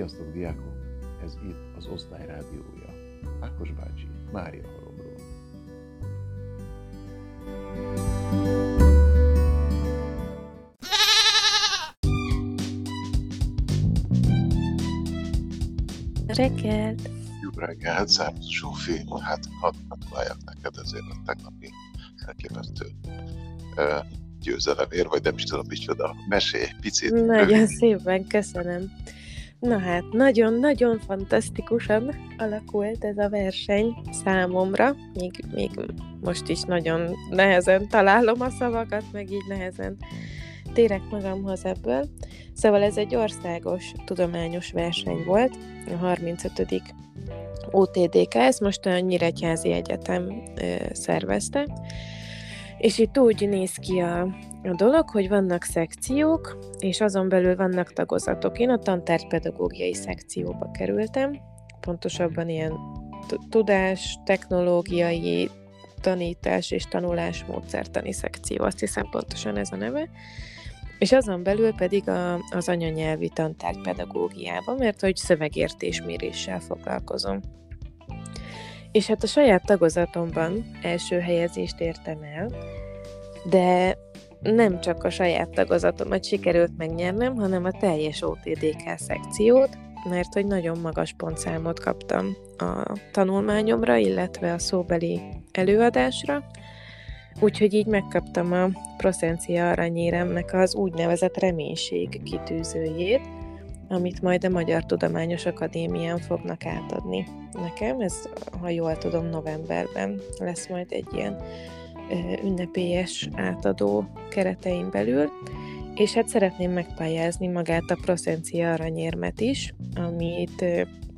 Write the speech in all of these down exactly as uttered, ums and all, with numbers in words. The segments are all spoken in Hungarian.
Sziasztok, diákok! Ez itt az Osztály rádiója. Ákos bácsi, Mária halomról. Reggelt! Jó reggelt, szervusz Zsófi, hát hadd gratuláljak neked ezért a tegnapi elképesztő uh, győzelemért, vagy nem is tudom micsoda. Mesélj egy picit. Nagyon rövid. szépen köszönöm. Na hát, nagyon-nagyon fantasztikusan alakult ez a verseny számomra, még, még most is nagyon nehezen találom a szavakat, meg így nehezen térek magamhoz ebből. Szóval ez egy országos tudományos verseny volt, a harmincötödik o té dé ká, ezt most a Nyíregyházi Egyetem ö, szervezte, és itt úgy néz ki a, a dolog, hogy vannak szekciók, és azon belül vannak tagozatok. Én a tantárgypedagógiai szekcióba kerültem, pontosabban ilyen tudás, technológiai, tanítás és tanulás módszertani szekció, azt hiszem pontosan ez a neve. És azon belül pedig a, az anyanyelvi tantárgypedagógiában, mert hogy szövegértésméréssel foglalkozom. És hát a saját tagozatomban első helyezést értem el, de nem csak a saját tagozatomat sikerült megnyernem, hanem a teljes o té dé ká szekciót, mert hogy nagyon magas pontszámot kaptam a tanulmányomra, illetve a szóbeli előadásra, úgyhogy így megkaptam a Proszencia aranyéremnek az úgynevezett reménység kitűzőjét, amit majd a Magyar Tudományos Akadémián fognak átadni nekem. Ez, ha jól tudom, novemberben lesz majd egy ilyen ö, ünnepélyes átadó keretein belül, és hát szeretném megpályázni magát a Proszencia aranyérmet is, amit ö,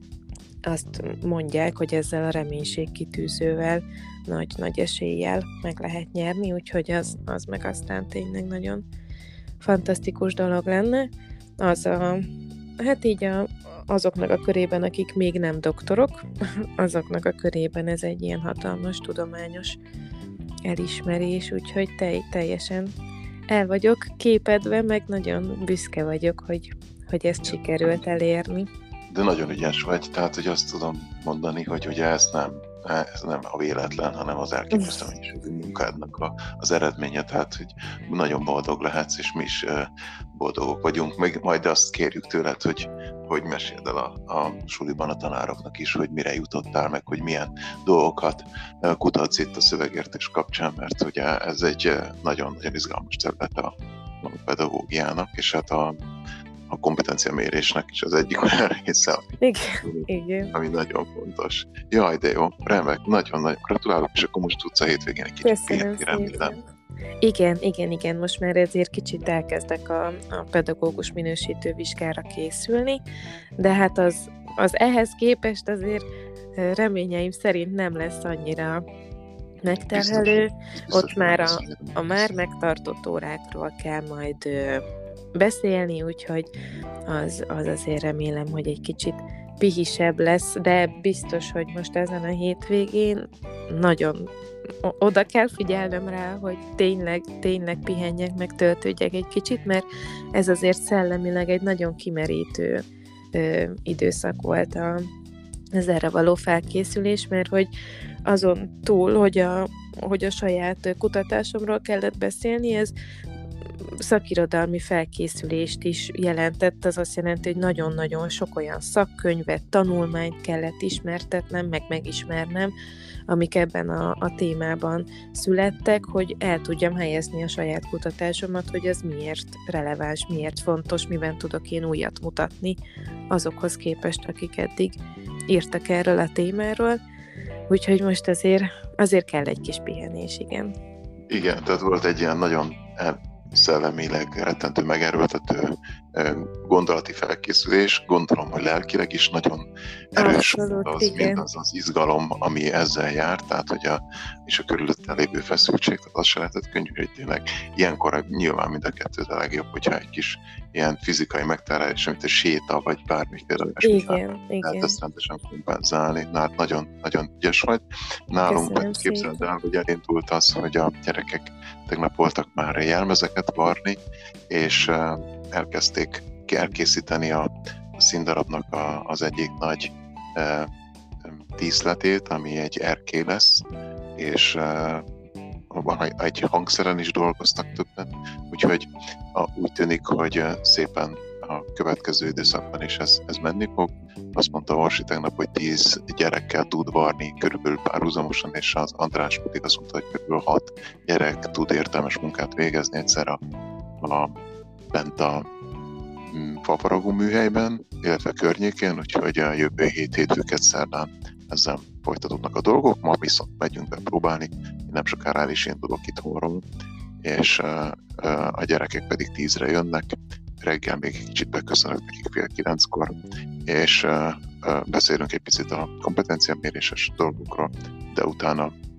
azt mondják, hogy ezzel a reménységkitűzővel nagy-nagy eséllyel meg lehet nyerni, úgyhogy az, az meg aztán tényleg nagyon fantasztikus dolog lenne. Az a, hát így a, azoknak a körében, akik még nem doktorok, azoknak a körében ez egy ilyen hatalmas tudományos elismerés, úgyhogy te, teljesen el vagyok képedve, meg nagyon büszke vagyok, hogy, hogy ezt sikerült elérni. De nagyon ügyes vagy, tehát hogy azt tudom mondani, hogy ugye ez nem, ez nem a véletlen, hanem az elképesztő mennyiségű munkádnak a, az eredménye, tehát hogy nagyon boldog lehetsz, és mi is boldogok vagyunk. Meg majd azt kérjük tőled, hogy, hogy meséld el a, a suliban a tanároknak is, hogy mire jutottál, meg hogy milyen dolgokat kutatsz itt a szövegértés kapcsán, mert ugye ez egy nagyon-nagyon izgalmas terület a, a pedagógiának, és hát a a kompetenciamérésnek is az egyik olyan része, ami, igen, igen. ami nagyon fontos. Jaj, de jó, remek, nagyon-nagyon gratulálok, és akkor most tudsz a hétvégén egy kicsit pihenni, remélem. Igen, igen, igen, most már ezért kicsit elkezdek a, a pedagógus minősítő vizsgára készülni, de hát az, az ehhez képest azért reményeim szerint nem lesz annyira megterhelő. Biztos, biztos, ott már a, a már megtartott órákról kell majd beszélni, úgyhogy az, az azért remélem, hogy egy kicsit pihisebb lesz, de biztos, hogy most ezen a hétvégén nagyon oda kell figyelnem rá, hogy tényleg, tényleg pihenjek, meg töltődjek egy kicsit, mert ez azért szellemileg egy nagyon kimerítő ö, időszak volt a, az erre való felkészülés, mert hogy azon túl, hogy a, hogy a saját kutatásomról kellett beszélni, ez szakirodalmi felkészülést is jelentett, az azt jelenti, hogy nagyon-nagyon sok olyan szakkönyvet, tanulmányt kellett ismertetnem, meg megismernem, amik ebben a, a témában születtek, hogy el tudjam helyezni a saját kutatásomat, hogy ez miért releváns, miért fontos, miben tudok én újat mutatni azokhoz képest, akik eddig írtak erről a témáról. Úgyhogy most azért, azért kell egy kis pihenés, igen. Igen, tehát volt egy ilyen nagyon szellemileg rettentő megerőltető gondolati felkészülés, gondolom, hogy lelkileg is nagyon erős Abszolút, az, igen. mindaz az izgalom, ami ezzel jár, tehát hogy a, és a körülöttel lévő feszültség, tehát azt se lehetett könnyű, hogy tényleg ilyenkor nyilván mind a kettő a legjobb, hogyha egy kis ilyen fizikai megterhelés, mint egy séta, vagy bármiféle igen, lehet ezt rendesen kompenzálni. Na hát nagyon, nagyon ügyes vagy. Nálunk pedig képzeld el, hogy elindult az, hogy a gyerekek tegnap voltak már jelmezeket varni, és elkezdték elkészíteni a színdarabnak a, az egyik nagy e, díszletét, ami egy erkély lesz, és e, egy hangszeren is dolgoztak többen, úgyhogy a, úgy tűnik, hogy szépen a következő időszakban is ez, ez menni fog. Azt mondta Orsi tegnap, hogy tíz gyerekkel tud varni körülbelül párhuzamosan, és az András pedig azt mondta, hogy körülbelül hat gyerek tud értelmes munkát végezni egyszer a, a bent a fafaragó műhelyben, illetve környékén, úgyhogy a jövő hét hétfőket szerdán ezzel folytatódnak a dolgok. Ma viszont megyünk be próbálni, nem sokára el is indulok itthonról, és uh, uh, a gyerekek pedig tízre jönnek, reggel még egy kicsit beköszönök nekik fél kilenckor, és uh, uh, beszélünk egy picit a kompetenciaméréses dolgokról, de utána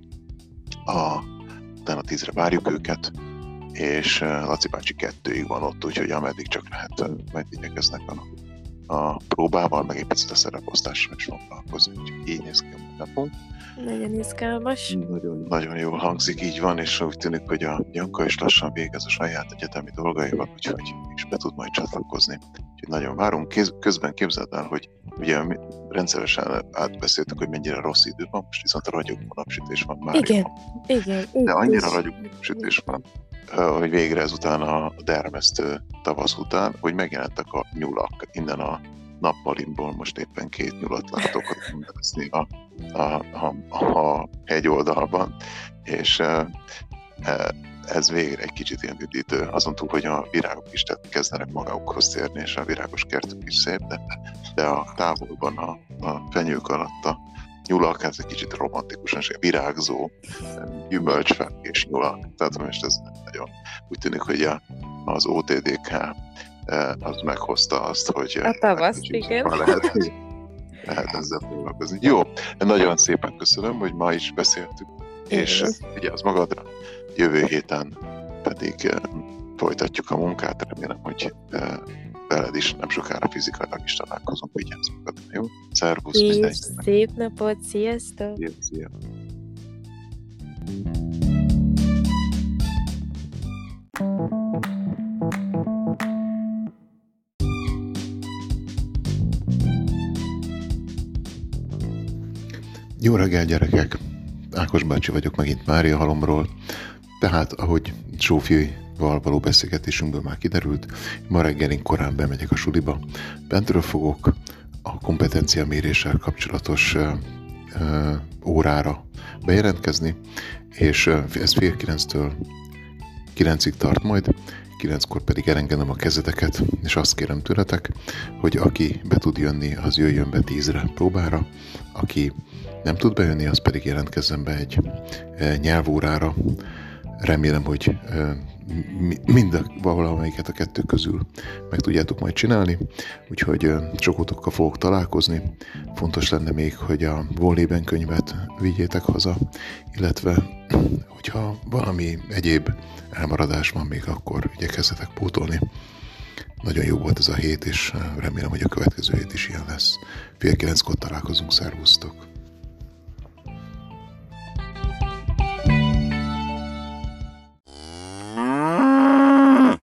a, utána tízre várjuk őket, és uh, Laci bácsi kettőig van ott, úgyhogy ameddig csak lehet, uh, majd igyekeznek a, a próbával, meg egy picit a szereposztással is foglalkozni, úgyhogy így néz ki a napon. Nagyon izgalmas. Nagyon, nagyon jól hangzik, így van, és úgy tűnik, hogy a Janka is lassan végez a saját egyetemi dolgaival, úgyhogy is be tud majd csatlakozni. Úgyhogy nagyon várunk. Kéz, közben képzeld el, hogy ugye rendszeresen átbeszéltük, hogy mennyire rossz idő van, most viszont a ragyogó napsütés van már. Igen, igen. De annyira ragyogó napsütés van, hogy végre ezután a dermesztő tavasz után, hogy megjelentek a nyulak innen a nappalimból, most éppen két nyulat látok ott a, a, a, a hegyoldalban, és e, e, ez végre egy kicsit ilyen üdítő, azon túl, hogy a virágok is kezdenek magukhoz térni, és a virágos kertük is szép, de, de a távolban a, a fenyők alatt a nyulak, ez egy kicsit romantikusan, és virágzó gyümölcsfák és nyulak, tehát most ez nagyon úgy tűnik, hogy a, az o té dé ká az meghozta azt, hogy a tavasz, igen. Lehet, lehet ezzel foglalkozni. Jó, nagyon szépen köszönöm, hogy ma is beszéltük, és vigyázz magadra, jövő héten pedig folytatjuk a munkát, remélem, hogy veled is nem sokára fizikailag is találkozunk, vigyázz magadra, jó? Szervusz, mindenkinek! Szép napot, sziasztok! Szia, szia. Jó reggel, gyerekek! Ákos bácsi vagyok megint Máriahalomról. Tehát, ahogy Zsófival való beszélgetésünkből már kiderült, ma reggel én korán bemegyek a suliba. Bentről fogok a kompetenciaméréssel kapcsolatos uh, uh, órára bejelentkezni, és uh, ez fél kilenctől kilencig tart majd, kilenckor pedig elengedem a kezeteket, és azt kérem tőletek, hogy aki be tud jönni, az jöjjön be tízre próbára, aki nem tud bejönni, az pedig jelentkezzen be egy e, nyelvórára. Remélem, hogy e, mind a, valamelyiket a kettő közül meg tudjátok majd csinálni, úgyhogy e, sokotokkal fogok találkozni. Fontos lenne még, hogy a Volleyben könyvet vigyétek haza, illetve hogyha valami egyéb elmaradás van még, akkor igyekezzetek pótolni. Nagyon jó volt ez a hét, és remélem, hogy a következő hét is ilyen lesz. Fél kilenckor találkozunk, szervusztok!